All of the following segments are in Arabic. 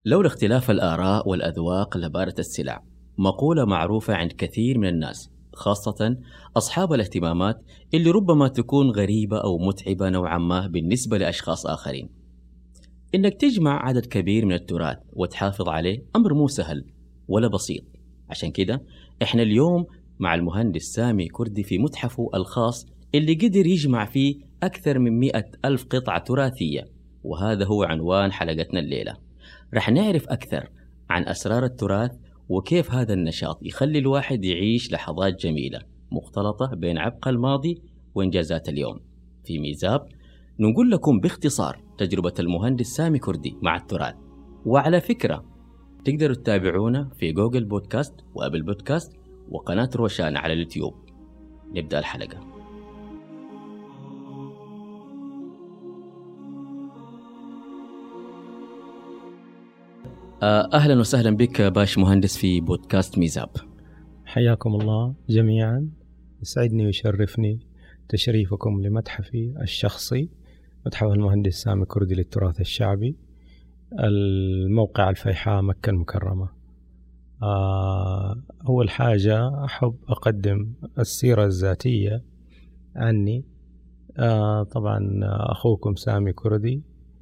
لولا اختلاف الآراء والأذواق لبارت السلع، مقولة معروفة عند كثير من الناس، خاصة أصحاب الاهتمامات اللي ربما تكون غريبة أو متعبة نوعا ما بالنسبة لأشخاص آخرين. إنك تجمع عدد كبير من التراث وتحافظ عليه أمر مو سهل ولا بسيط. عشان كده إحنا اليوم مع المهندس سامي كردي في متحفه الخاص اللي قدر يجمع فيه أكثر من 100,000 قطعة تراثية، وهذا هو عنوان حلقتنا الليلة. رح نعرف أكثر عن أسرار التراث وكيف هذا النشاط يخلي الواحد يعيش لحظات جميلة مختلطة بين عبق الماضي وإنجازات اليوم. في ميزاب نقول لكم باختصار تجربة المهندس سامي كردي مع التراث. وعلى فكرة تقدروا تتابعونا في جوجل بودكاست وأبل بودكاست وقناة روشان على اليوتيوب. نبدأ الحلقة. أهلا وسهلا بك باش مهندس في بودكاست ميزاب. حياكم الله جميعا، يسعدني ويشرفني تشريفكم لمتحفي الشخصي، متحف المهندس سامي كردي للتراث الشعبي، الموقع الفيحاء مكة المكرمة. أول حاجة أحب أقدم السيرة الذاتية عني. طبعا أخوكم سامي كردي،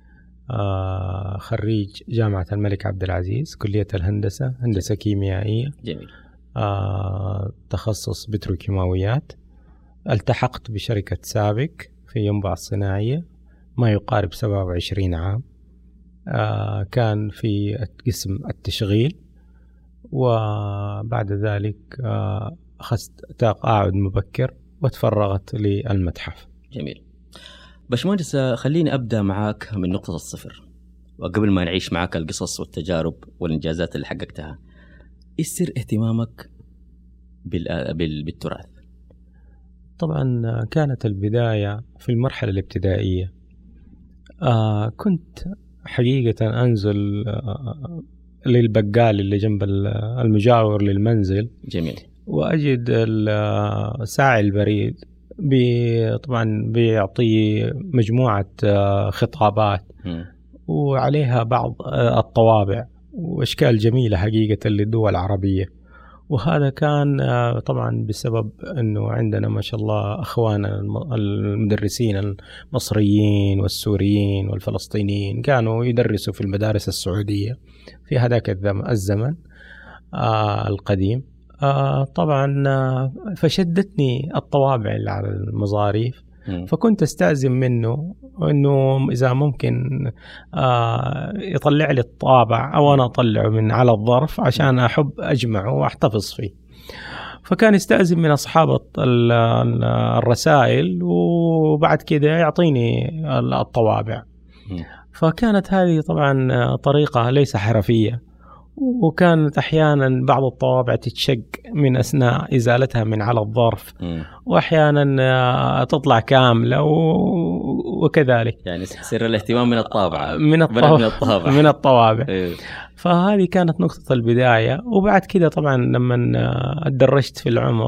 خريج جامعة الملك عبد العزيز، كلية الهندسة، هندسة كيميائية. جميل. تخصص بتروكيماويات. التحقت بشركة سابك في ينبع الصناعية ما يقارب 27 عام. كان في قسم التشغيل، وبعد ذلك أخذت تقاعد مبكر وتفرغت للمتحف. جميل. باشمهندس، خليني أبدأ معاك من نقطة الصفر، وقبل ما نعيش معاك القصص والتجارب والإنجازات اللي حققتها، إيش سر اهتمامك بالتراث؟ طبعا كانت البداية في المرحلة الابتدائية. كنت حقيقة أنزل للبقال اللي جنب المجاور للمنزل. جميل. وأجد ساعي البريد طبعا بيعطي مجموعة خطابات وعليها بعض الطوابع وأشكال جميلة حقيقة للدول العربية. وهذا كان طبعا بسبب أنه عندنا ما شاء الله أخوانا المدرسين المصريين والسوريين والفلسطينيين كانوا يدرسوا في المدارس السعودية في هذاك الزمن القديم. طبعا فشدتني الطوابع اللي على المظاريف، فكنت استأذن منه أنه إذا ممكن يطلع لي الطابع أو أنا أطلعه من على الظرف عشان أحب أجمعه وأحتفظ فيه. فكان يستأذن من أصحاب الرسائل وبعد كده يعطيني الطوابع. فكانت هذه طبعا طريقة ليس حرفية، وكانت أحيانا بعض الطوابع تتشق من أثناء إزالتها من على الظرف، وأحيانا تطلع كاملة وكذلك. يعني سر الاهتمام من الطابعة من الطوابع. فهذه كانت نقطة البداية. وبعد كده طبعا لما درجت في العمر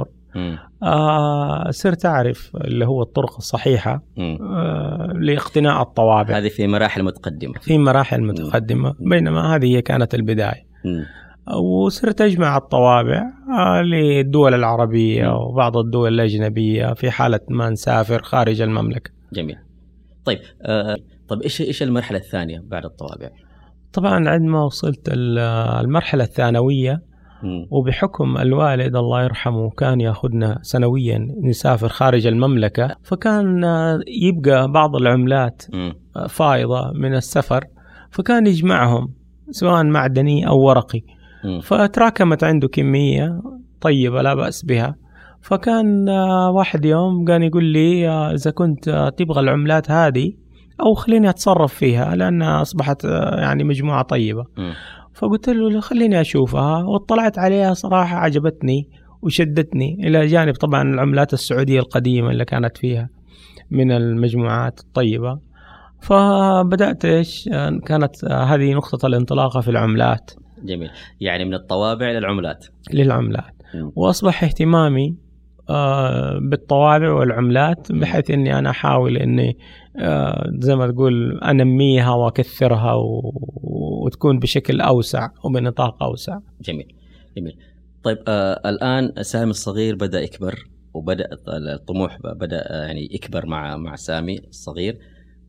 صرت أعرف اللي هو الطرق الصحيحة لاقتناء الطوابع. هذه في مراحل متقدمة. بينما هذه كانت البداية. وصرت أجمع الطوابع للدول العربية وبعض الدول الأجنبية في حالة ما نسافر خارج المملكة. جميل. طيب إيش المرحلة الثانية بعد الطوابع؟ طبعا عندما وصلت المرحلة الثانوية، وبحكم الوالد الله يرحمه كان يأخذنا سنويا نسافر خارج المملكة، فكان يبقى بعض العملات فائضة من السفر، فكان يجمعهم سواء معدني أو ورقي. فتراكمت عنده كمية طيبة لا بأس بها. فكان واحد يوم كان يقول لي إذا كنت تبغى العملات هذه أو خليني أتصرف فيها لأنها أصبحت يعني مجموعة طيبة. فقلت له خليني أشوفها، واطلعت عليها صراحة عجبتني وشدتني، إلى جانب طبعا العملات السعودية القديمة اللي كانت فيها من المجموعات الطيبة. فبدأت كانت هذه نقطة الانطلاقة في العملات. جميل. يعني من الطوابع للعملات. وأصبح اهتمامي بالطوابع والعملات بحيث أني أنا أحاول أني زي ما تقول أنميها وأكثرها وتكون بشكل أوسع وبنطاق أوسع. جميل. طيب الآن سامي الصغير بدأ يكبر، وبدأ الطموح بدأ يعني يكبر مع سامي الصغير.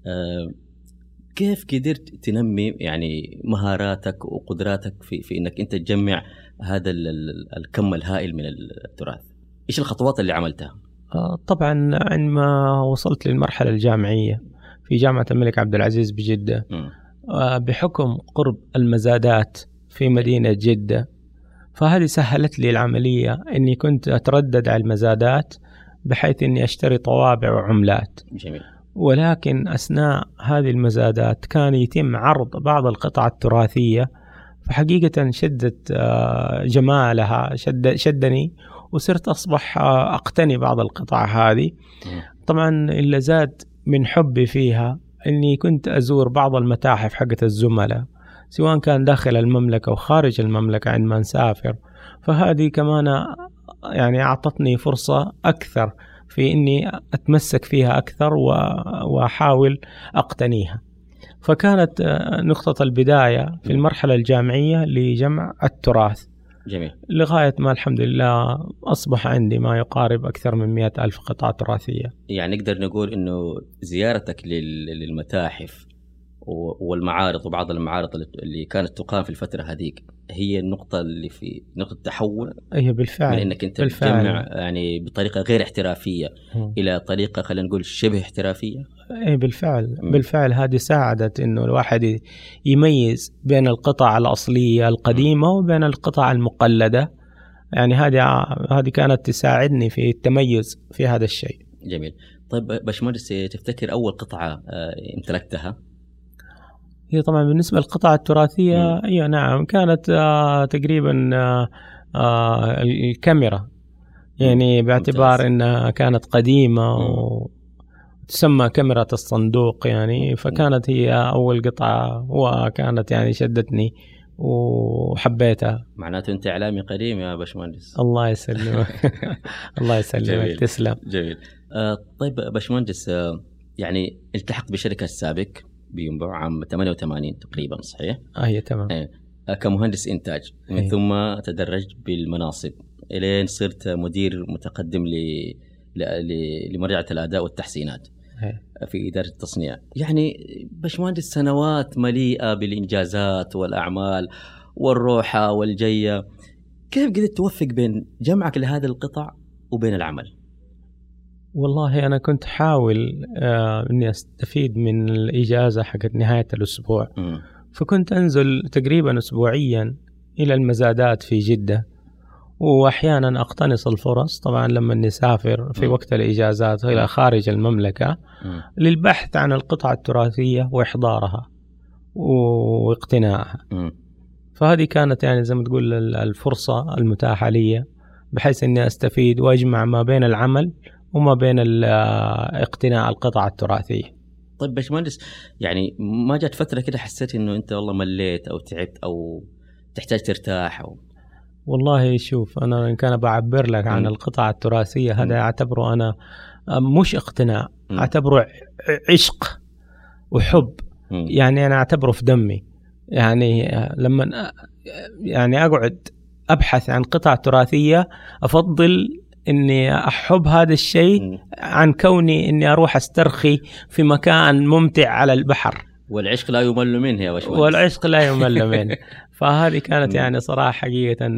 كيف قدرت تنمي يعني مهاراتك وقدراتك في إنك أنت تجمع هذا الكم الهائل من التراث؟ إيش الخطوات اللي عملتها؟ طبعا عندما وصلت للمرحلة الجامعية في جامعة الملك عبد العزيز بجدة، بحكم قرب المزادات في مدينة جدة، فهذه سهلت لي العملية أني كنت أتردد على المزادات بحيث أني أشتري طوابع وعملات. جميل. ولكن أثناء هذه المزادات كان يتم عرض بعض القطع التراثية، فحقيقة شدت جمالها شدني، وصرت أصبح أقتني بعض القطع هذه. طبعا اللي زاد من حبي فيها أني كنت أزور بعض المتاحف حقت الزملاء، سواء كان داخل المملكة وخارج المملكة عندما نسافر، فهذه كمان يعني أعطتني فرصة أكثر في أني أتمسك فيها أكثر وأحاول أقتنيها. فكانت نقطة البداية في المرحلة الجامعية لجمع التراث. جميل. لغاية ما الحمد لله أصبح عندي ما يقارب أكثر من 100,000 قطعة تراثية. يعني نقدر نقول أنه زيارتك للمتاحف والمعارض وبعض المعارض اللي كانت تقام في الفترة هذيك هي النقطة اللي في نقطة تحول. هي بالفعل. من انك انت تجمع يعني بطريقة غير احترافية الى طريقة خلينا نقول شبه احترافية. اي بالفعل. بالفعل هذه ساعدت انه الواحد يميز بين القطع الأصلية القديمة وبين القطع المقلدة. يعني هذه كانت تساعدني في التميز في هذا الشيء. جميل. طيب باشمهندس، تفتكر اول قطعة امتلكتها؟ هي طبعا بالنسبة للقطع التراثية هي نعم كانت تقريبا الكاميرا، يعني باعتبار انها كانت قديمة وتسمى كاميرا الصندوق يعني، فكانت هي اول قطعة وكانت يعني شدتني وحبيتها. معناته انت اعلامي قديم يا باشمهندس. الله يسلمك. الله يسلمك. تسلم. جميل. طيب باشمهندس، يعني التحقت بشركة سابك بينبع عام 88 تقريبا، صحيح؟ هي تمام. كمهندس إنتاج، من ثم تدرجت بالمناصب إلين صرت مدير متقدم لمرجعة الأداء والتحسينات في إدارة التصنيع. يعني باشمهندس سنوات مليئة بالإنجازات والأعمال والروحة والجية، كيف قدرت توفق بين جمعك لهذه القطع وبين العمل؟ والله أنا كنت حاول أني أستفيد من الإجازة حقت نهاية الأسبوع. فكنت أنزل تقريبا أسبوعيا إلى المزادات في جدة، وأحيانا أقتنص الفرص طبعا لما نسافر في وقت الإجازات إلى خارج المملكة للبحث عن القطع التراثية وإحضارها واقتنائها. فهذه كانت يعني زي ما تقول الفرصة المتاحة لي، بحيث أني أستفيد وأجمع ما بين العمل وما بين اقتناء القطع التراثية. طيب باشمهندس، يعني ما جات فترة كده حسيت إنه أنت والله مليت أو تعبت أو تحتاج ترتاح والله شوف، أنا إن كان بعبر لك عن القطع التراثية هذا أعتبره أنا مش اقتناء، أعتبره عشق وحب. يعني أنا أعتبره في دمي. يعني لما يعني أقعد أبحث عن قطع تراثية أفضل إني أحب هذا الشيء عن كوني إني أروح أسترخي في مكان ممتع على البحر. والعشق لا يمل منه يا باشمهندس. والعشق لا يمل منه. فهذه كانت يعني صراحة حقيقة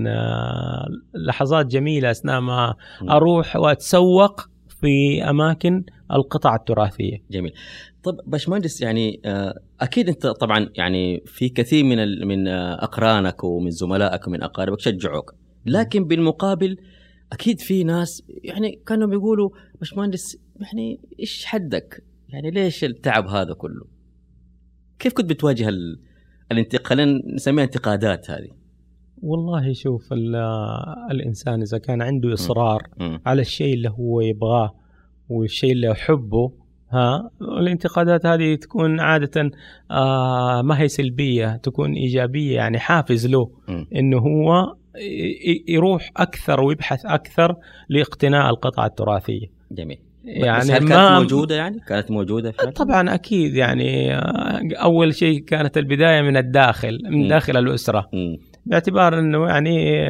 لحظات جميلة أثناء ما أروح وأتسوق في أماكن القطع التراثية. جميل. طب باشمهندس، يعني أكيد أنت طبعا يعني في كثير من أقرانك ومن زملائك ومن أقاربك شجعوك، لكن بالمقابل أكيد في ناس يعني كانوا بيقولوا باشمهندس يعني إيش حدك، يعني ليش التعب هذا كله؟ كيف كنت بتواجه خلينا نسميها انتقادات هذه؟ والله شوف، الإنسان إذا كان عنده إصرار على الشيء اللي هو يبغاه والشيء اللي يحبه، الانتقادات هذه تكون عادة ما هي سلبية، تكون إيجابية، يعني حافز له إنه هو يروح أكثر ويبحث أكثر لاقتناء القطع التراثية. جميل يعني بس هل كانت موجودة يعني؟ كانت موجودة فعلا؟ طبعا أكيد يعني. أول شيء كانت البداية من الداخل، من داخل الأسرة، باعتبار أنه يعني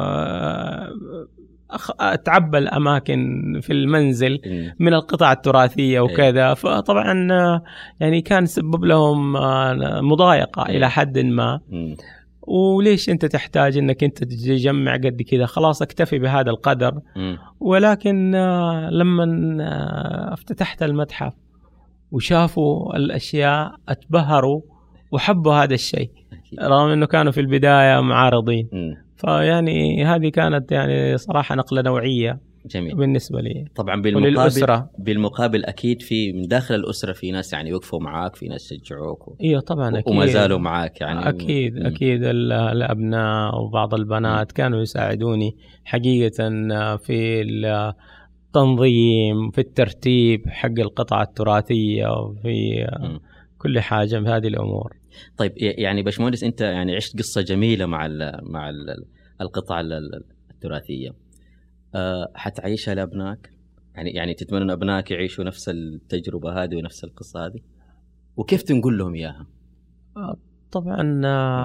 تعبى الأماكن في المنزل من القطع التراثية وكذا، فطبعا يعني كان سبب لهم مضايقة إلى حد ما. وليش أنت تحتاج أنك أنت تجمع قد كذا؟ خلاص اكتفي بهذا القدر. ولكن لما افتتحت المتحف وشافوا الأشياء اتبهروا وحبوا هذا الشيء، رغم أنه كانوا في البداية معارضين. فيعني هذه كانت يعني صراحة نقلة نوعية. جميل. بالنسبة لي. طبعا بالمقابل أكيد في من داخل الأسرة في ناس يعني وقفوا معاك، في ناس شجعوك إيه طبعا أكيد، وما زالوا معاك يعني. أكيد الأبناء وبعض البنات كانوا يساعدوني حقيقة في التنظيم، في الترتيب حق القطع التراثية، وفي كل حاجة من هذه الأمور. طيب يعني باشمهندس، أنت يعني عشت قصة جميلة مع القطع التراثية، حتعيشها لأبنائك؟ يعني تتمنى أن أبنائك يعيشوا نفس التجربة هذه ونفس القصة هذه؟ وكيف تنقل لهم إياها؟ طبعا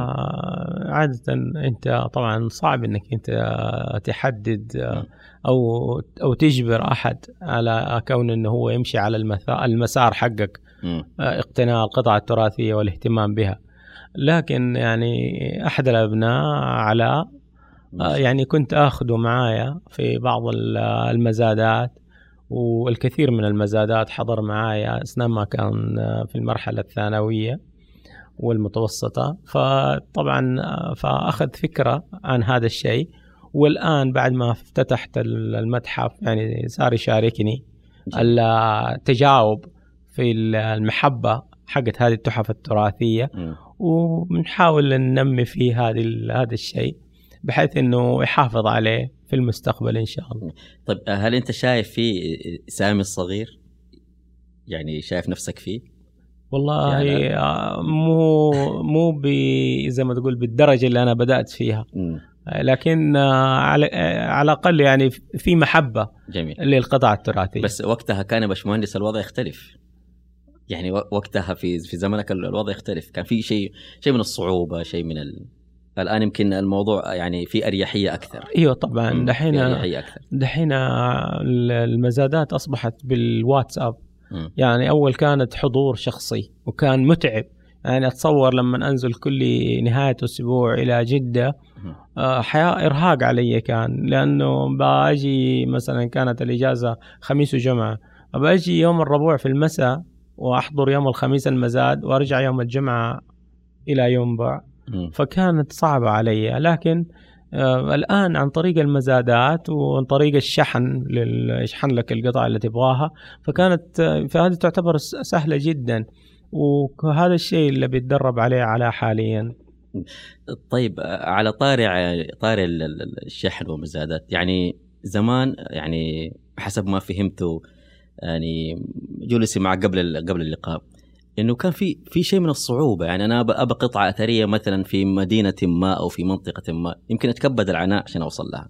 عادة أنت طبعا صعب أنك أنت تحدد أو تجبر أحد على كون أنه هو يمشي على المسار حقك، اقتناء القطع التراثية والاهتمام بها. لكن يعني أحد الأبناء علاء يعني كنت أخذه معايا في بعض المزادات، والكثير من المزادات حضر معايا أثناء ما كان في المرحلة الثانوية والمتوسطة. فطبعا فأخذ فكرة عن هذا الشيء، والآن بعد ما افتتحت المتحف يعني صار يشاركني التجاوب في المحبة حقت هذه التحف التراثية، ونحاول أن ننمي فيه هذا الشيء بحيث أنه يحافظ عليه في المستقبل إن شاء الله. طيب هل أنت شايف فيه سامي الصغير؟ يعني شايف نفسك فيه؟ والله مو زي ما تقول بالدرجة اللي أنا بدأت فيها، لكن على الأقل يعني في محبة. جميل. للقطع التراثية. بس وقتها كان باشمهندس الوضع يختلف، يعني وقتها في زمنك الوضع يختلف، كان في شيء من الصعوبة، شيء من الآن يمكن الموضوع يعني في أريحية أكثر. ايوه طبعا دحين المزادات أصبحت بالواتساب. يعني أول كانت حضور شخصي وكان متعب، يعني أتصور لما أنزل كل نهاية أسبوع إلى جدة حياة إرهاق علي كان، لأنه باجي مثلا كانت الإجازة خميس وجمعة، باجي يوم الربوع في المساء وأحضر يوم الخميس المزاد وأرجع يوم الجمعة إلى ينبع، فكانت صعبة علي. لكن الآن عن طريق المزادات وعن طريق الشحن يشحن لك القطع اللي تبغاها، فهذه تعتبر سهلة جدا، وهذا الشيء اللي بيتدرب عليه حاليا. طيب على طاري الشحن والمزادات، يعني زمان يعني حسب ما فهمته يعني جلسي مع قبل اللقاء انه كان في شيء من الصعوبه، يعني انا ابى قطعه اثريه مثلا في مدينه ما او في منطقه ما، يمكن اتكبد العناء عشان اوصل لها.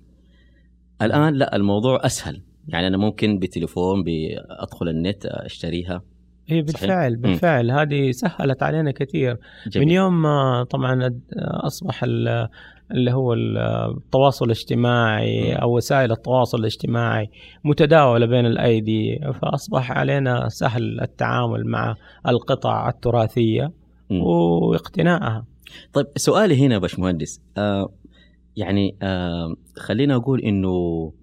الان لا، الموضوع اسهل، يعني انا ممكن بتليفون ادخل النت اشتريها. هي بالفعل هذه سهلت علينا كثير. جميل. من يوم طبعا اصبح اللي هو التواصل الاجتماعي أو وسائل التواصل الاجتماعي متداولة بين الأيدي، فأصبح علينا سهل التعامل مع القطع التراثية واقتنائها. طيب سؤالي هنا باشمهندس، يعني خلينا أقول إنه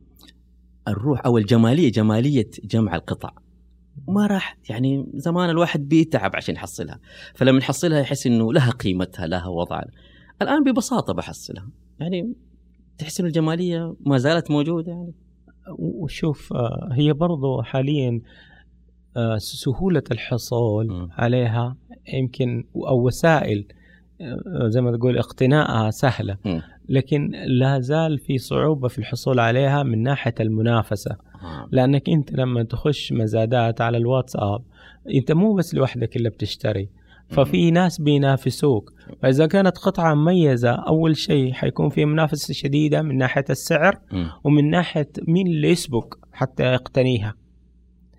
الروح أو جمالية جمع القطع ما راح، يعني زمان الواحد بيتعب عشان يحصلها، فلما يحصلها يحس إنه لها قيمتها، لها وضعها. الآن ببساطة بحصلها، يعني تحس إن الجمالية ما زالت موجودة يعني. وشوف هي برضو حاليا سهولة الحصول عليها يمكن، أو وسائل زي ما تقول اقتنائها سهلة، لكن لا زال في صعوبة في الحصول عليها من ناحية المنافسة. لأنك أنت لما تخش مزادات على الواتساب أنت مو بس لوحدك اللي بتشتري، ففي ناس بينافسوك، فإذا كانت قطعة مميزة أول شيء حيكون في منافسة شديدة من ناحية السعر ومن ناحية مين اللي يسبق حتى يقتنيها.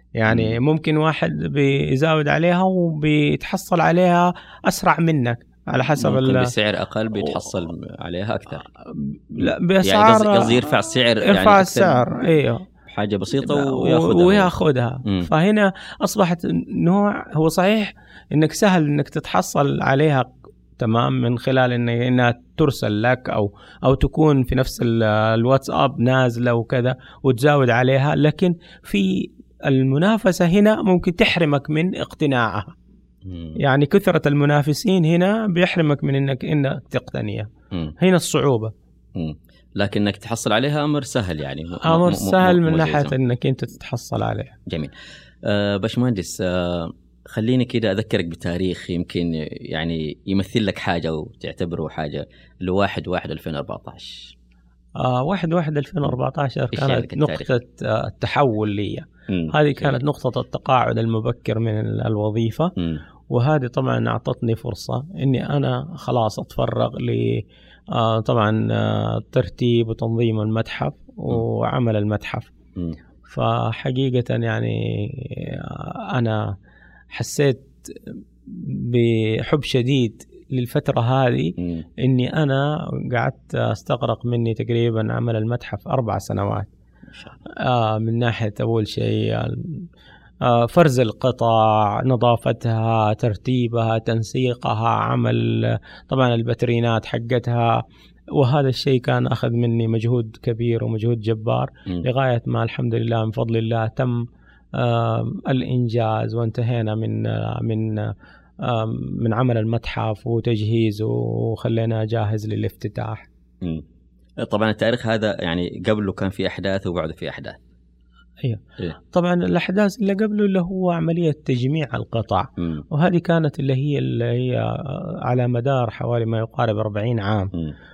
يعني ممكن واحد بيزاود عليها وبيتحصل عليها أسرع منك على حسب ممكن بسعر أقل بيتحصل عليها أكثر. لا بأسعار يعني قصدي يرفع السعر، يرفع يعني السعر ايوه حاجة بسيطة وياخذها. فهنا أصبحت نوع، هو صحيح إنك سهل إنك تتحصل عليها تمام من خلال إنها ترسل لك أو تكون في نفس الواتساب نازلة وكذا وتزاود عليها، لكن في المنافسة هنا ممكن تحرمك من اقتناعها. يعني كثرة المنافسين هنا بيحرمك من إنك تقتنيها. هنا الصعوبة. لكن انك تحصل عليها امر سهل، يعني امر سهل من ناحيه انك انت تتحصل عليها. جميل. باشمهندس، خليني كده اذكرك بتاريخ يمكن يعني يمثل لك حاجه وتعتبره حاجه، اللي 1/1/2014. 1/1/2014 كانت نقطه التحول لي. هذه كانت نقطه التقاعد المبكر من الوظيفه. وهذه طبعا اعطتني فرصه اني انا خلاص اتفرغ ل طبعا ترتيب وتنظيم المتحف وعمل المتحف. فحقيقة يعني أنا حسيت بحب شديد للفترة هذه، إني أنا قعدت استغرق مني تقريبا عمل المتحف 4 سنوات. من ناحية أول شيء فرز القطع، نظافتها، ترتيبها، تنسيقها، عمل طبعا البترينات حقتها. وهذا الشيء كان أخذ مني مجهود كبير ومجهود جبار، لغاية ما الحمد لله من فضل الله تم الإنجاز، وانتهينا من عمل المتحف وتجهيزه وخلينا جاهز للافتتاح. طبعا التاريخ هذا يعني قبله كان في أحداث وبعده في أحداث. إيه. طبعا الأحداث اللي قبله اللي هو عملية تجميع القطع، وهذه كانت اللي هي على مدار حوالي ما يقارب 40 عام.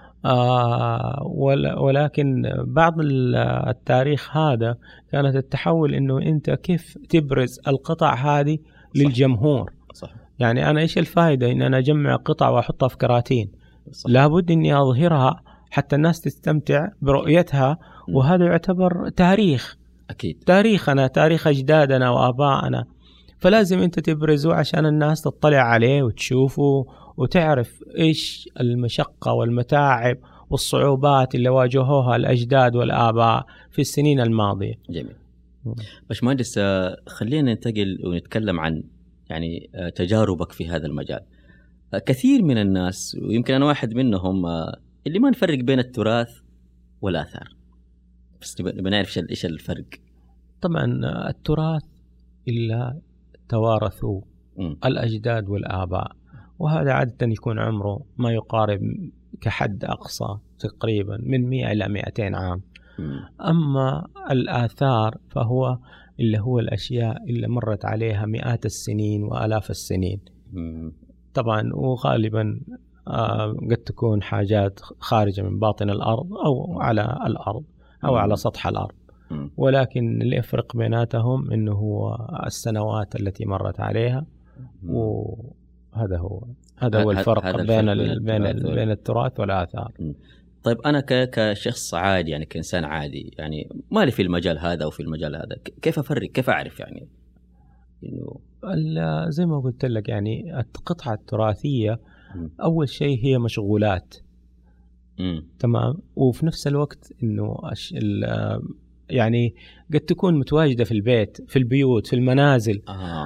ولكن بعض التاريخ هذا كانت التحول إنه أنت كيف تبرز القطع هذه للجمهور. صح. يعني أنا إيش الفائدة إن أنا أجمع قطع وأحطها في كراتين؟ لابد إني أظهرها حتى الناس تستمتع برؤيتها، وهذا يعتبر تاريخ. أكيد. تاريخنا، تاريخ أجدادنا وآبائنا، فلازم أنت تبرزه عشان الناس تطلع عليه وتشوفه وتعرف إيش المشقة والمتاعب والصعوبات اللي واجهوها الأجداد والآباء في السنين الماضية. جميل. باشمهندس، خلينا ننتقل ونتكلم عن يعني تجاربك في هذا المجال. كثير من الناس ويمكن أنا واحد منهم اللي ما نفرق بين التراث والآثار، بس بنعرف إيش الفرق. طبعا التراث إلا توارثوا الأجداد والآباء، وهذا عادة يكون عمره ما يقارب كحد أقصى تقريبا من 100 إلى 200 عام. أما الآثار فهو اللي هو الأشياء اللي مرت عليها مئات السنين وآلاف السنين. طبعا وغالبا قد تكون حاجات خارجة من باطن الأرض أو على الأرض أو على سطح الأرض، ولكن اللي يفرق بيناتهم إنه هو السنوات التي مرت عليها، وهذا هو الفرق بين التراث والآثار. طيب أنا كشخص عادي، يعني كإنسان عادي، يعني مالي في المجال هذا وفي المجال هذا، كيف أفرق؟ كيف أعرف يعني إنه زي ما قلت لك يعني القطعة التراثية أول شيء هي مشغولات. تمام. وفي نفس الوقت إنه يعني قد تكون متواجدة في البيت، في البيوت، في المنازل.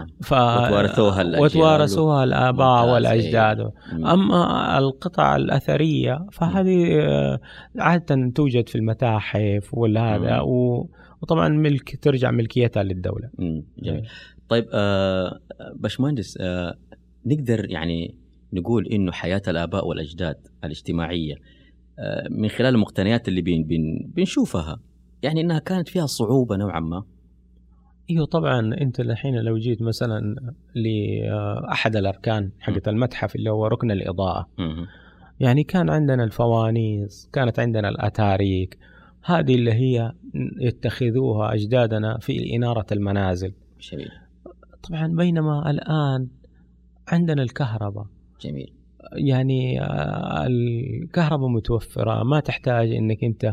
وتوارثوها الآباء والأجداد. أما القطع الأثرية فهذه عادة توجد في المتاحف والهذا، وطبعا ترجع ملكيتها للدولة. جميل. طيب باشمهندس، نقدر يعني نقول إنه حياة الآباء والأجداد الاجتماعية من خلال المقتنيات اللي بنشوفها يعني إنها كانت فيها صعوبة نوعا ما؟ ايوه طبعا. انت الحين لو جيت مثلا لأحد الأركان حقت المتحف اللي هو ركن الإضاءة، يعني كان عندنا الفوانيس، كانت عندنا الأتاريك، هذه اللي هي يتخذوها أجدادنا في إنارة المنازل. جميل. طبعا بينما الآن عندنا الكهرباء. جميل. يعني الكهرباء متوفرة، ما تحتاج انك انت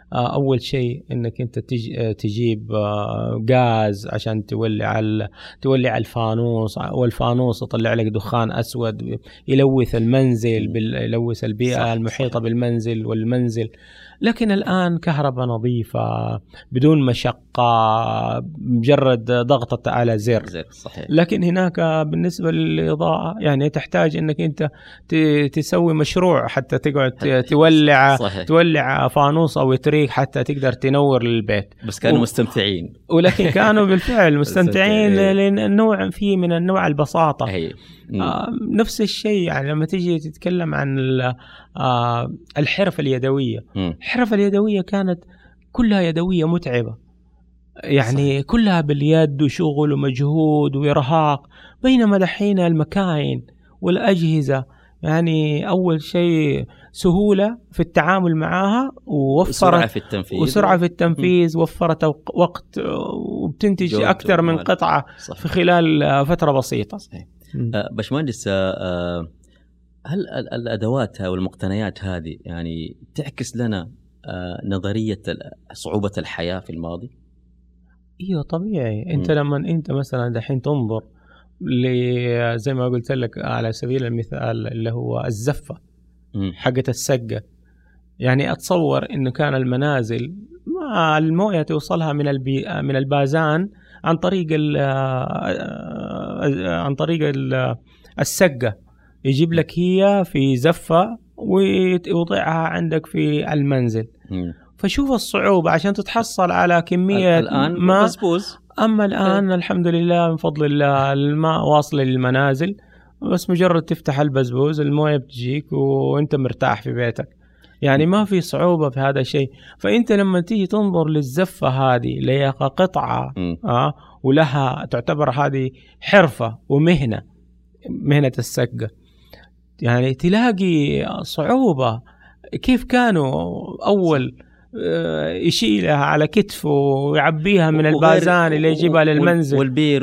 أول شيء إنك أنت تجيب غاز عشان تولع الفانوس، والفانوس يطلع لك دخان أسود يلوث المنزل، يلوث البيئة المحيطة بالمنزل والمنزل. لكن الآن كهرباء نظيفة بدون مشقة، مجرد ضغطة على زر. صحيح. لكن هناك بالنسبة للإضاءة يعني تحتاج إنك أنت تسوي مشروع حتى تقعد تولع فانوس أو تريك حتى تقدر تنور للبيت. بس كانوا مستمتعين. ولكن كانوا بالفعل مستمتعين لأن نوع فيه من النوع البساطة. نفس الشيء يعني لما تيجي تتكلم عن الحرف اليدوية. الحرف اليدوية كانت كلها يدوية متعبة، يعني كلها باليد وشغل ومجهود وإرهاق، بينما دحين المكاين والأجهزة يعني أول شيء سهولة في التعامل معها، ووفرت وسرعة في التنفيذ وفرت وقت، وبتنتج أكثر من قطعة في خلال فترة بسيطة. باشمهندس، هل الأدوات والمقتنيات هذه يعني تعكس لنا نظرية صعوبة الحياة في الماضي؟ ايوه طبيعي. انت لما انت مثلا دحين تنظر زي ما قلت لك على سبيل المثال اللي هو الزفة حقة السقة، يعني اتصور انه كان المنازل ما المويه توصلها من البازان عن طريق السقة، يجيب لك هي في زفة ويوضعها عندك في المنزل. فشوف الصعوبة عشان تتحصل على كمية الآن ماء بسبوس. أما الآن الحمد لله من فضل الله الماء واصل للمنازل، بس مجرد تفتح البسبوس المويه بتجيك وانت مرتاح في بيتك، يعني ما في صعوبة في هذا الشيء. فانت لما تيجي تنظر للزفة هذه اللي هي قطعة ولها تعتبر هذه حرفة ومهنة، مهنة السقة، يعني تلاقي صعوبة. كيف كانوا أول يشيلها على كتفه ويعبيها من البازان اللي يجيبها للمنزل، والبير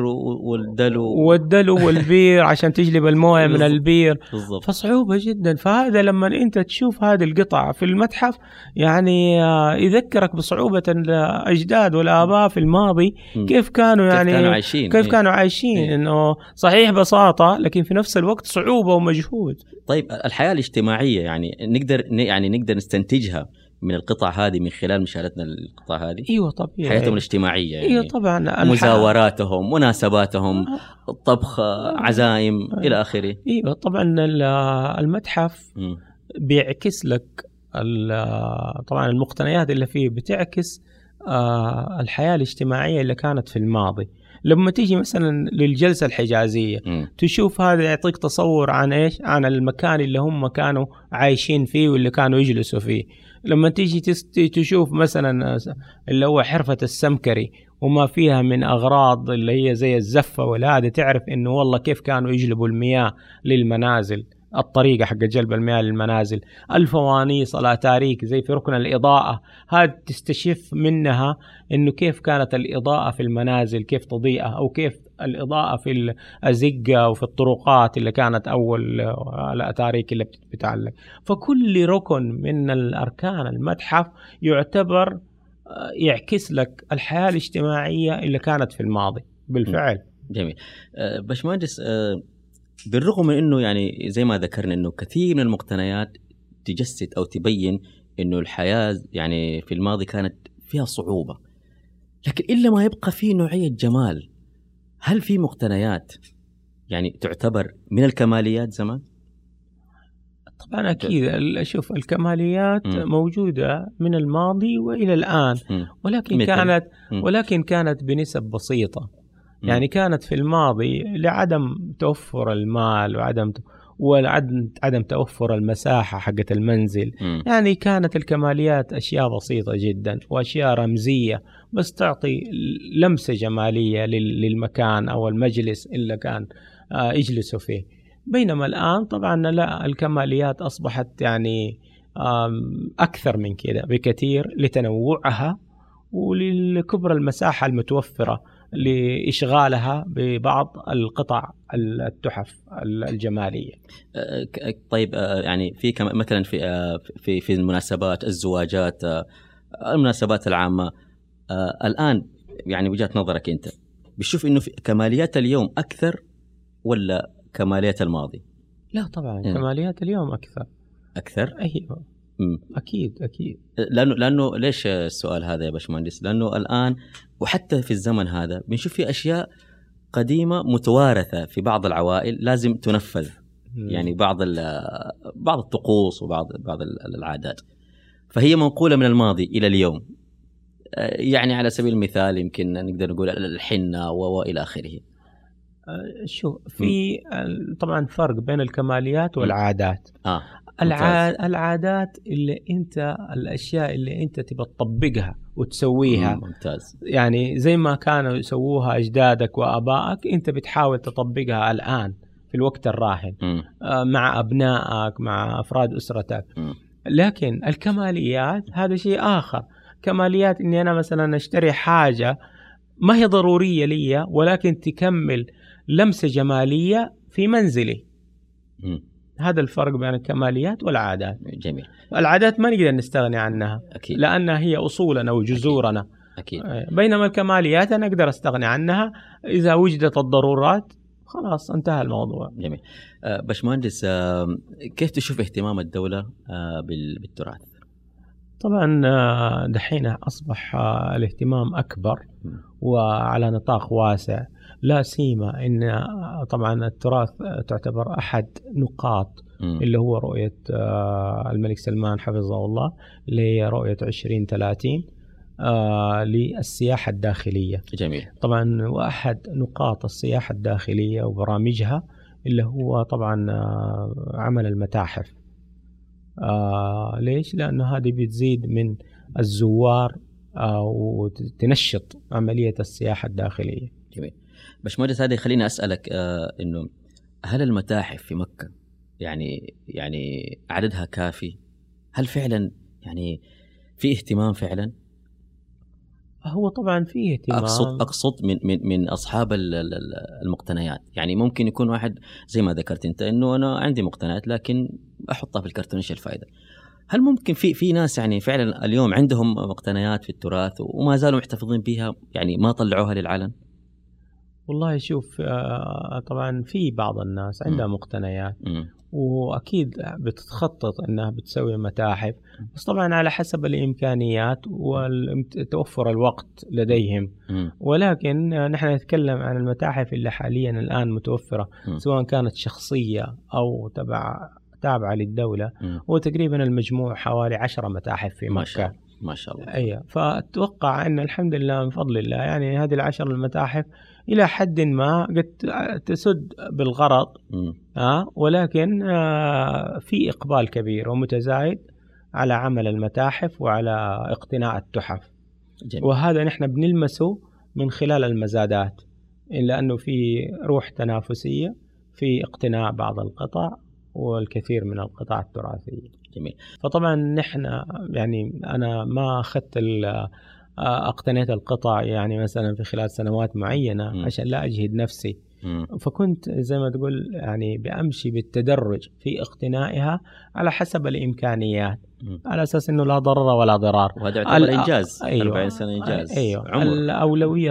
والدلو والبير عشان تجلب المويه من البير. فصعوبة جدا. فهذا لما انت تشوف هذه القطع في المتحف يعني يذكرك بصعوبة الأجداد والآباء في الماضي، كيف كانوا يعني كيف كانوا عايشين انه صحيح بساطة لكن في نفس الوقت صعوبة ومجهود. طيب الحياة الاجتماعية يعني نقدر نستنتجها من القطع هذه من خلال مشاهدتنا للقطع هذه؟ ايوه طبيعي. حياتهم الاجتماعيه يعني ايوه طبعا، مزاوراتهم، مناسباتهم، الطبخ، عزائم الى اخره. ايوه طبعا المتحف بيعكس لك طبعا المقتنيات اللي فيه بتعكس الحياه الاجتماعيه اللي كانت في الماضي. لما تيجي مثلا للجلسة الحجازية تشوف هذا يعطيك تصور عن ايش؟ عن المكان اللي هم كانوا عايشين فيه واللي كانوا يجلسوا فيه. لما تيجي تشوف مثلا اللي هو حرفة السمكري وما فيها من أغراض اللي هي زي الزفة والهذا، تعرف إنه والله كيف كانوا يجلبوا المياه للمنازل، الطريقة حق جلب المياه للمنازل، الفوانيس، الأتاريك زي في ركن الإضاءة، هذا تستشف منها إنه كيف كانت الإضاءة في المنازل، كيف تضيئة، أو كيف الإضاءة في الزقة وفي الطرقات اللي كانت أول الأتاريك اللي بتعلق. فكل ركن من الأركان المتحف يعتبر يعكس لك الحياة الاجتماعية اللي كانت في الماضي بالفعل. جميل. باشمهندس، بالرغم من انه يعني زي ما ذكرنا انه كثير من المقتنيات تجسد او تبين انه الحياة يعني في الماضي كانت فيها صعوبة، لكن الا ما يبقى فيه نوعية جمال. هل في مقتنيات يعني تعتبر من الكماليات زمان؟ طبعا اكيد. شوف الكماليات موجودة من الماضي والى الان، ولكن كانت بنسب بسيطة. يعني كانت في الماضي لعدم توفر المال وعدم توفر المساحة حقت المنزل. يعني كانت الكماليات أشياء بسيطة جدا وأشياء رمزية بس تعطي لمسة جمالية للمكان أو المجلس اللي كان يجلسوا فيه. بينما الآن طبعا لا، الكماليات أصبحت يعني أكثر من كده بكثير لتنوعها ولكبر المساحة المتوفرة لإشغالها ببعض القطع التحف الجمالية. طيب يعني في مثلا في المناسبات، الزواجات، المناسبات العامة. الآن يعني وجهة نظرك أنت بتشوف إنه كماليات اليوم أكثر ولا كماليات الماضي؟ لا طبعا كماليات اليوم أكثر. أيوه أكيد. لأنه ليش السؤال هذا يا باشمهندس؟ لأنه الآن وحتى في الزمن هذا بنشوف في أشياء قديمة متوارثة في بعض العوائل لازم تنفذ. يعني بعض الطقوس وبعض العادات فهي منقولة من الماضي إلى اليوم. يعني على سبيل المثال يمكن نقدر نقول الحنة وإلى آخره. شو في طبعا فرق بين الكماليات والعادات. العادات اللي انت الاشياء اللي انت تبى تطبقها وتسويها. ممتاز. يعني زي ما كانوا يسووها اجدادك وابائك انت بتحاول تطبقها الان في الوقت الراهن مع ابنائك مع افراد اسرتك. لكن الكماليات هذا شيء اخر. كماليات اني انا مثلا اشتري حاجة ما هي ضرورية لي ولكن تكمل لمسة جمالية في منزلي. هذا الفرق بين الكماليات والعادات. جميل. العادات ما نقدر نستغني عنها أكيد. لأنها هي أصولنا وجذورنا أكيد. بينما الكماليات أنا أقدر أستغني عنها إذا وجدت الضرورات خلاص انتهى الموضوع. جميل. باشمهندس كيف تشوف اهتمام الدولة بالتراث؟ طبعا دحين أصبح الاهتمام أكبر وعلى نطاق واسع. لا سيما إن طبعا التراث تعتبر أحد نقاط اللي هو رؤية الملك سلمان حفظه الله اللي هي رؤية 2030 للسياحة الداخلية. جميل. طبعا وأحد نقاط السياحة الداخلية وبرامجها اللي هو طبعا عمل المتاحف. ليش؟ لأنه هذه بتزيد من الزوار وتنشط عملية السياحة الداخلية. جميل. باشمهندس هذا خليني أسألك إنه هل المتاحف في مكة يعني عددها كافي؟ هل فعلا يعني في اهتمام فعلا؟ هو طبعا فيه اهتمام. أقصد من أصحاب المقتنيات. يعني ممكن يكون واحد زي ما ذكرت أنت إنه أنا عندي مقتنيات لكن أحطها في الكرتون إيش الفائدة؟ هل ممكن في ناس يعني فعلا اليوم عندهم مقتنيات في التراث وما زالوا محتفظين بها يعني ما طلعوها للعلن؟ والله شوف طبعا في بعض الناس عندها مقتنيات وأكيد بتتخطط أنها بتسوي متاحف بس طبعا على حسب الإمكانيات وتوفر الوقت لديهم. ولكن نحن نتكلم عن المتاحف اللي حاليا الآن متوفرة سواء كانت شخصية أو تابعة للدولة. هو تقريبا المجموع حوالي 10 متاحف في مكة. ما شاء الله. أيه. فأتوقع أن الحمد لله من فضل الله يعني هذه 10 المتاحف إلى حد ما قد تسد بالغرض. ولكن في إقبال كبير ومتزايد على عمل المتاحف وعلى اقتناء التحف. جميل. وهذا نحن بنلمسه من خلال المزادات إلا أنه في روح تنافسية في اقتناء بعض القطع والكثير من القطع التراثية. جميل. فطبعا نحن يعني أنا ما أخذت اقتنيت القطع يعني مثلا في خلال سنوات معينة عشان لا أجهد نفسي. فكنت زي ما تقول يعني بأمشي بالتدرج في اقتنائها على حسب الإمكانيات على أساس أنه لا ضرر ولا ضرار. وهذا يعتبر إنجاز. أيوة. 40 سنة إنجاز. أيوة. الأولوية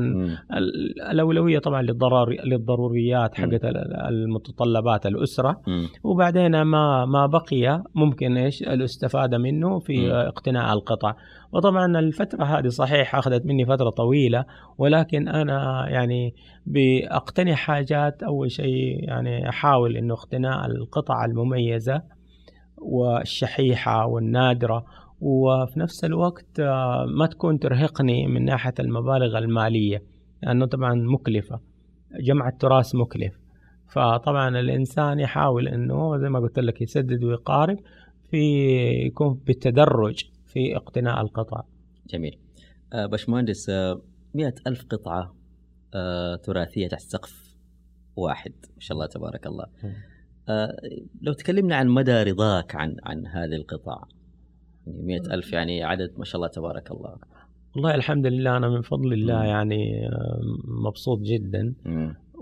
طبعا للضروريات حقت المتطلبات الأسرة. وبعدين ما بقي ممكن الاستفادة منه في اقتناء القطع. وطبعا الفترة هذه صحيح أخذت مني فترة طويلة ولكن أنا يعني بأقتني حاجات. أول شيء يعني أحاول إنه اقتناء القطع المميزة والشحيحة والنادرة وفي نفس الوقت ما تكون ترهقني من ناحية المبالغ المالية لأنه طبعا مكلفة. جمع التراث مكلف. فطبعا الإنسان يحاول إنه زي ما قلت لك يسدد ويقارب يكون بالتدرج في اقتناء القطع. جميل. باشمهندس 100,000 قطعة تراثية تحت سقف واحد ما شاء الله تبارك الله. لو تكلمنا عن مدى رضاك عن هذه القطع يعني 100,000 يعني عدد ما شاء الله تبارك الله. والله الحمد لله أنا من فضل الله يعني مبسوط جدا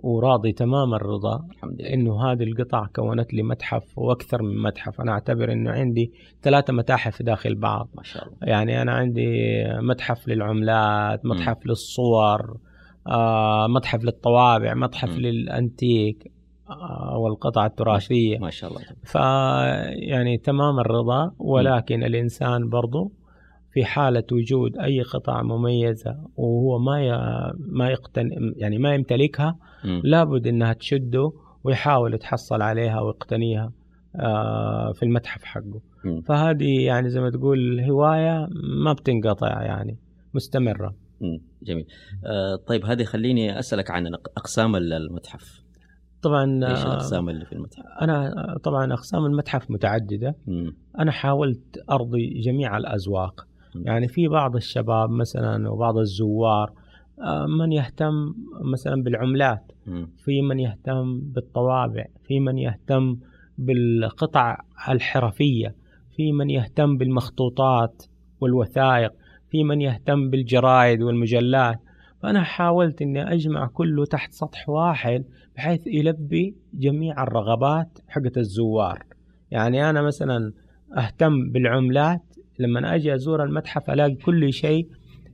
وراضي تمام الرضا الحمد لله. إنه هذه القطع كونت لي متحف وأكثر من متحف. أنا أعتبر إنه عندي 3 متاحف داخل بعض ما شاء الله. يعني أنا عندي متحف للعملات، متحف للصور، متحف للطوابع، متحف للأنتيك والقطع التراثية. ما شاء الله. يعني تمام الرضا. ولكن الإنسان برضو في حالة وجود أي قطعة مميزة وهو ما يقتن يعني ما يمتلكها لابد إنها تشده ويحاول يتحصل عليها ويقتنيها في المتحف حقه. فهذه يعني زي ما تقول هواية ما بتنقطع يعني مستمرة. جميل. طيب هذه خليني أسألك عن أقسام المتحف. طبعا إيش الأقسام اللي في المتحف؟ أنا طبعا أقسام المتحف متعددة. أنا حاولت أرضي جميع الأذواق. يعني في بعض الشباب مثلا وبعض الزوار من يهتم مثلا بالعملات، في من يهتم بالطوابع، في من يهتم بالقطع الحرفية، في من يهتم بالمخطوطات والوثائق، في من يهتم بالجرائد والمجلات. فأنا حاولت أني أجمع كله تحت سطح واحد بحيث يلبي جميع الرغبات حقت الزوار. يعني أنا مثلا أهتم بالعملات، لما أجي أزور المتحف ألاقي كل شيء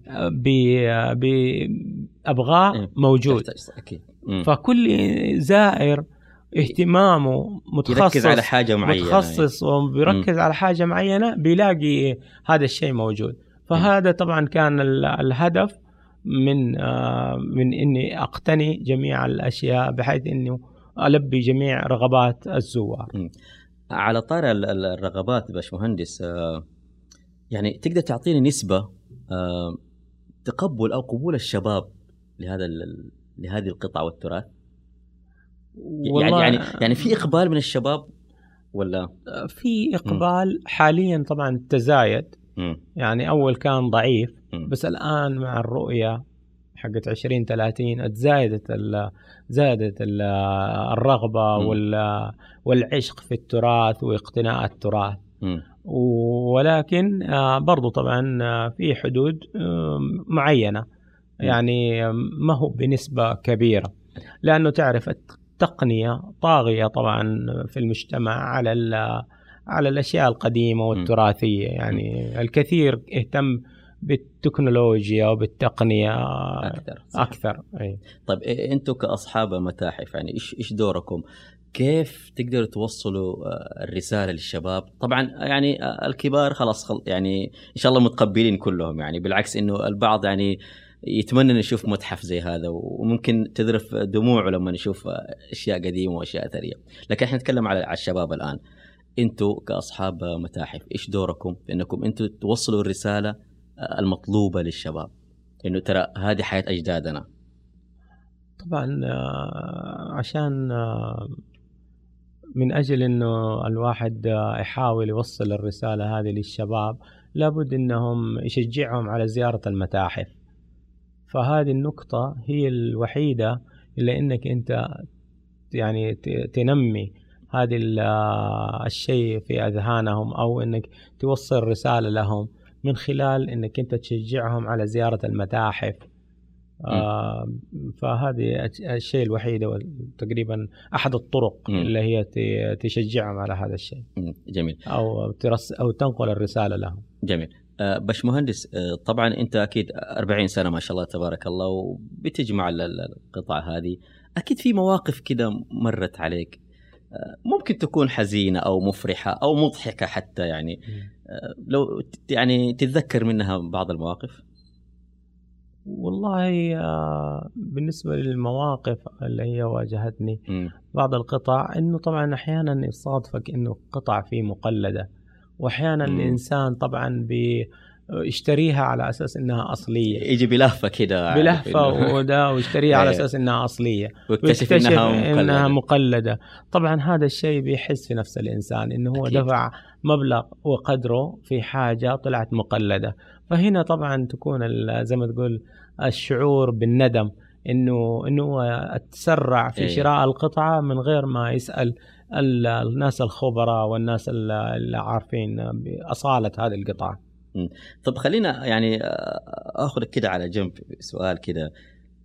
أبغاه موجود. فكل زائر اهتمامه متخصص على حاجة معينة، متخصص وبيركز على حاجة معينة بيلاقي هذا الشيء موجود. فهذا طبعا كان الهدف من إني أقتني جميع الأشياء بحيث إنه ألبي جميع رغبات الزوار. على طار الرغبات باشمهندس، يعني تقدر تعطيني نسبة تقبل أو قبول الشباب لهذه القطع والتراث؟ يعني في إقبال من الشباب ولا؟ في إقبال حاليا طبعا تزايد. يعني أول كان ضعيف بس الآن مع الرؤية حقت 2030 زادت الرغبة والعشق في التراث واقتناء التراث. ولكن برضو طبعا في حدود معينة، يعني ما هو بنسبة كبيرة، لأنه تعرف التقنية طاغية طبعا في المجتمع على الأشياء القديمة والتراثية. يعني الكثير اهتم بالتكنولوجيا وبالتقنية أكثر. طيب أنتم كأصحاب متاحف يعني إيش دوركم؟ كيف تقدروا توصلوا الرسالة للشباب؟ طبعا يعني الكبار خلاص يعني إن شاء الله متقبلين كلهم، يعني بالعكس إنه البعض يعني يتمنى أن يشوف متحف زي هذا وممكن تذرف دموعه لما نشوف أشياء قديمة وأشياء أثرية. لكن إحنا نتكلم على الشباب الآن. أنتم كأصحاب متاحف إيش دوركم في أنكم أنتم توصلوا الرسالة المطلوبة للشباب إنه ترى هذه حياة أجدادنا؟ طبعا عشان من أجل أنه الواحد يحاول يوصل الرسالة هذه للشباب لابد أنهم يشجعهم على زيارة المتاحف. فهذه النقطة هي الوحيدة اللي أنك أنت يعني تنمي هذه الشيء في أذهانهم، أو أنك توصل رسالة لهم من خلال أنك أنت تشجعهم على زيارة المتاحف. فهذه الشيء الوحيد وتقريبا أحد الطرق اللي هي تشجعهم على هذا الشيء. جميل. أو تنقل الرسالة لهم. جميل. باشمهندس، طبعا أنت أكيد 40 سنة ما شاء الله تبارك الله وبتجمع القطع هذه، أكيد في مواقف كده مرت عليك ممكن تكون حزينة أو مفرحة أو مضحكة حتى، يعني لو يعني تتذكر منها بعض المواقف. والله بالنسبة للمواقف اللي هي واجهتني بعض القطع، إنه طبعا أحيانا يصادفك إنه قطع فيه مقلدة، وأحيانا الإنسان طبعا يشتريها على أساس إنها أصلية، يجي بلهفة كده ويشتريها على أساس إنها أصلية ويكتشف إنها مقلدة. طبعا هذا الشيء بيحس في نفس الإنسان إنه هو أكيد. دفع مبلغ وقدره في حاجة طلعت مقلدة. فهنا طبعا تكون زي ما تقول الشعور بالندم إنه تسرع في شراء القطعة من غير ما يسأل الناس الخبراء والناس اللي عارفين بأصالة هذه القطعة. طب خلينا يعني أخذك كده على جنب سؤال كده،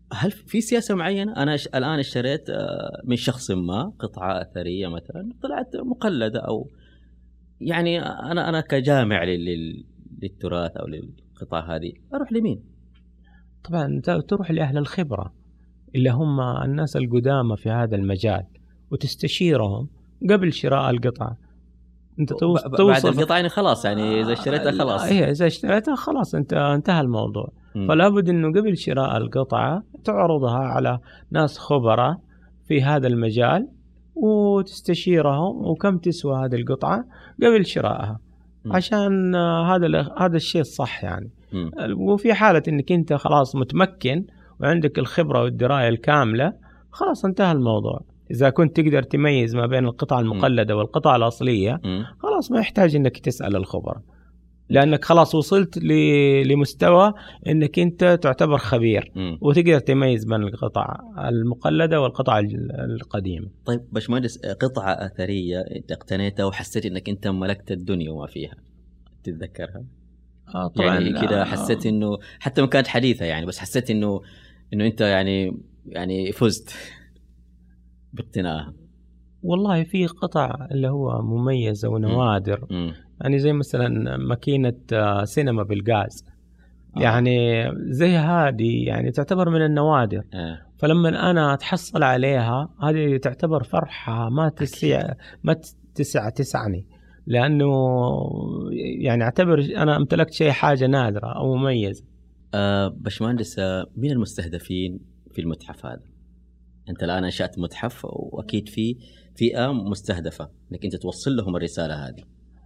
هل في سياسة معينة؟ أنا الآن اشتريت من شخص ما قطعة أثرية مثلا طلعت مقلدة، أو يعني أنا كجامع للتراث أو للقطعة هذه أروح لمين؟ طبعا تروح لأهل الخبرة اللي هم الناس القدامى في هذا المجال وتستشيرهم قبل شراء القطعة. انت بعد القطعة يعني خلاص، يعني إذا اشتريتها خلاص. هي إذا اشتريتها خلاص انتهى الموضوع. فلا بد إنه قبل شراء القطعة تعرضها على ناس خبراء في هذا المجال وتستشيرهم وكم تسوى هذه القطعة قبل شرائها، عشان هذا الشيء الصح يعني. وفي حالة إنك أنت خلاص متمكن وعندك الخبرة والدراية الكاملة، خلاص انتهى الموضوع. إذا كنت تقدر تميز ما بين القطعة المقلدة والقطعة الأصلية، خلاص ما يحتاج إنك تسأل الخبراء، لأنك خلاص وصلت لمستوى إنك أنت تعتبر خبير وتقدر تميز بين القطعة المقلدة والقطعة القديمة. طيب باشمهندس، قطعة أثرية أنت اقتنيتها وحسيت إنك أنت ملكت الدنيا وما فيها، تتذكرها؟ طبعا يعني كده حسيت إنه حتى ما كانت حديثة يعني، بس حسيت إنه أنت يعني فزت باقتنائها. والله في قطع اللي هو مميزة ونوادر، يعني زي مثلا ماكينة سينما بالغاز، يعني زي هذه يعني تعتبر من النوادر. فلما أنا أتحصل عليها هذه تعتبر فرحة ما تسعني، لأنه يعني أعتبر أنا امتلكت حاجة نادرة أو مميزة. باشمهندس، مين المستهدفين في المتحف هذا؟ أنت الآن أنشأت متحف وأكيد في فئة مستهدفة إنك أنت توصل لهم الرسالة هذه.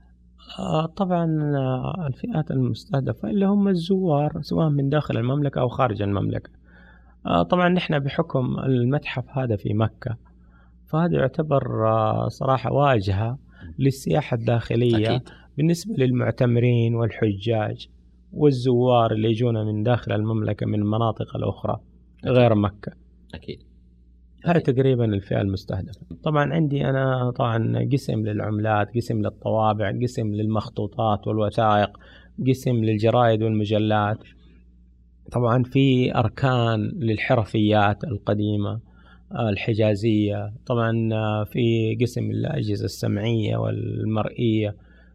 طبعا الفئات المستهدفة اللي هم الزوار سواء من داخل المملكة أو خارج المملكة. طبعا نحن بحكم المتحف هذا في مكة، فهذا يعتبر صراحة واجهة للسياحة الداخلية. أكيد. بالنسبة للمعتمرين والحجاج والزوار اللي يجونا من داخل المملكة من المناطق الأخرى غير مكة. أكيد. هاي تقريبا الفئة المستهدفة. طبعا عندي أنا طبعا قسم للعملات، قسم للطوابع، قسم للمخطوطات والوثائق، قسم للجرائد والمجلات. طبعا في أركان للحرفيات القديمة الحجازية. طبعا في قسم للأجهزة السمعية والمرئية،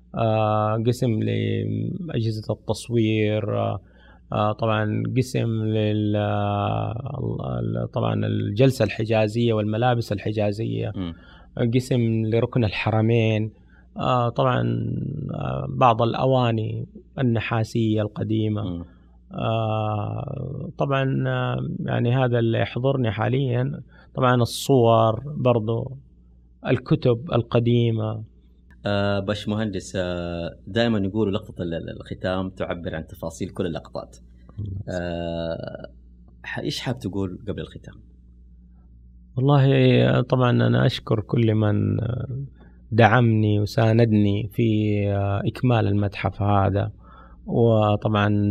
قسم لأجهزة التصوير، طبعا قسم طبعا الجلسة الحجازية والملابس الحجازية، قسم لركن الحرمين، طبعا بعض الأواني النحاسية القديمة. طبعا يعني هذا اللي يحضرني حاليا. طبعا الصور برضو، الكتب القديمة. باشمهندس، دائما يقولوا لقطة الختام تعبر عن تفاصيل كل اللقطات. إيش حاب تقول قبل الختام؟ والله طبعا أنا أشكر كل من دعمني وساندني في إكمال المتحف هذا، وطبعا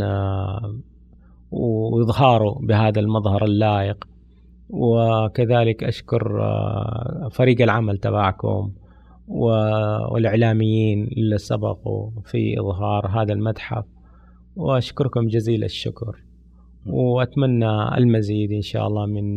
وإظهاره بهذا المظهر اللائق. وكذلك أشكر فريق العمل تبعكم والإعلاميين اللي سبقوا في إظهار هذا المتحف، وأشكركم جزيل الشكر. وأتمنى المزيد إن شاء الله من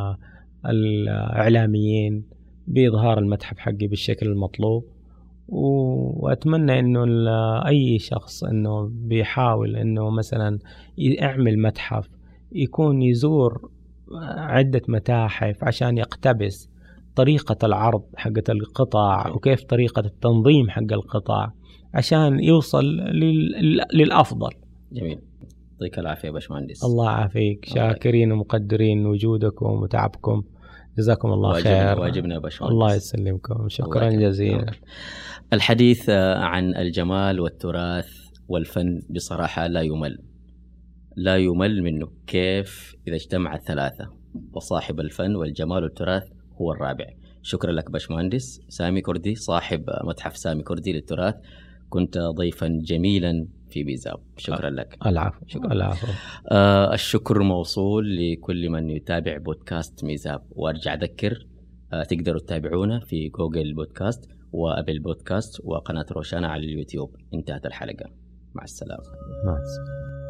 الإعلاميين بإظهار المتحف حقي بالشكل المطلوب. وأتمنى إنه أي شخص إنه بيحاول إنه مثلا يعمل متحف يكون يزور عدة متاحف عشان يقتبس طريقة العرض حقة القطع وكيف طريقة التنظيم حق القطع عشان يوصل للأفضل. جميل، يعطيك العافية باشمهندس. الله يعافيك، شاكرين ومقدرين وجودكم وتعبكم، جزاكم الله خير. واجبنا باشمهندس. الله يسلمكم، شكرا جزيلا. الحديث عن الجمال والتراث والفن بصراحة لا يمل منه. كيف إذا اجتمع الثلاثة وصاحب الفن والجمال والتراث هو الرابع. شكرا لك باشمهندس سامي كردي، صاحب متحف سامي كردي للتراث. كنت ضيفا جميلا في ميزاب. شكرا لك. العفو. شكرا. العفو. الشكر موصول لكل من يتابع بودكاست ميزاب. وارجع أذكر تقدروا تتابعونا في جوجل بودكاست وأبل بودكاست وقناة روشانا على اليوتيوب. انتهت الحلقة، مع السلامة. مع السلامة.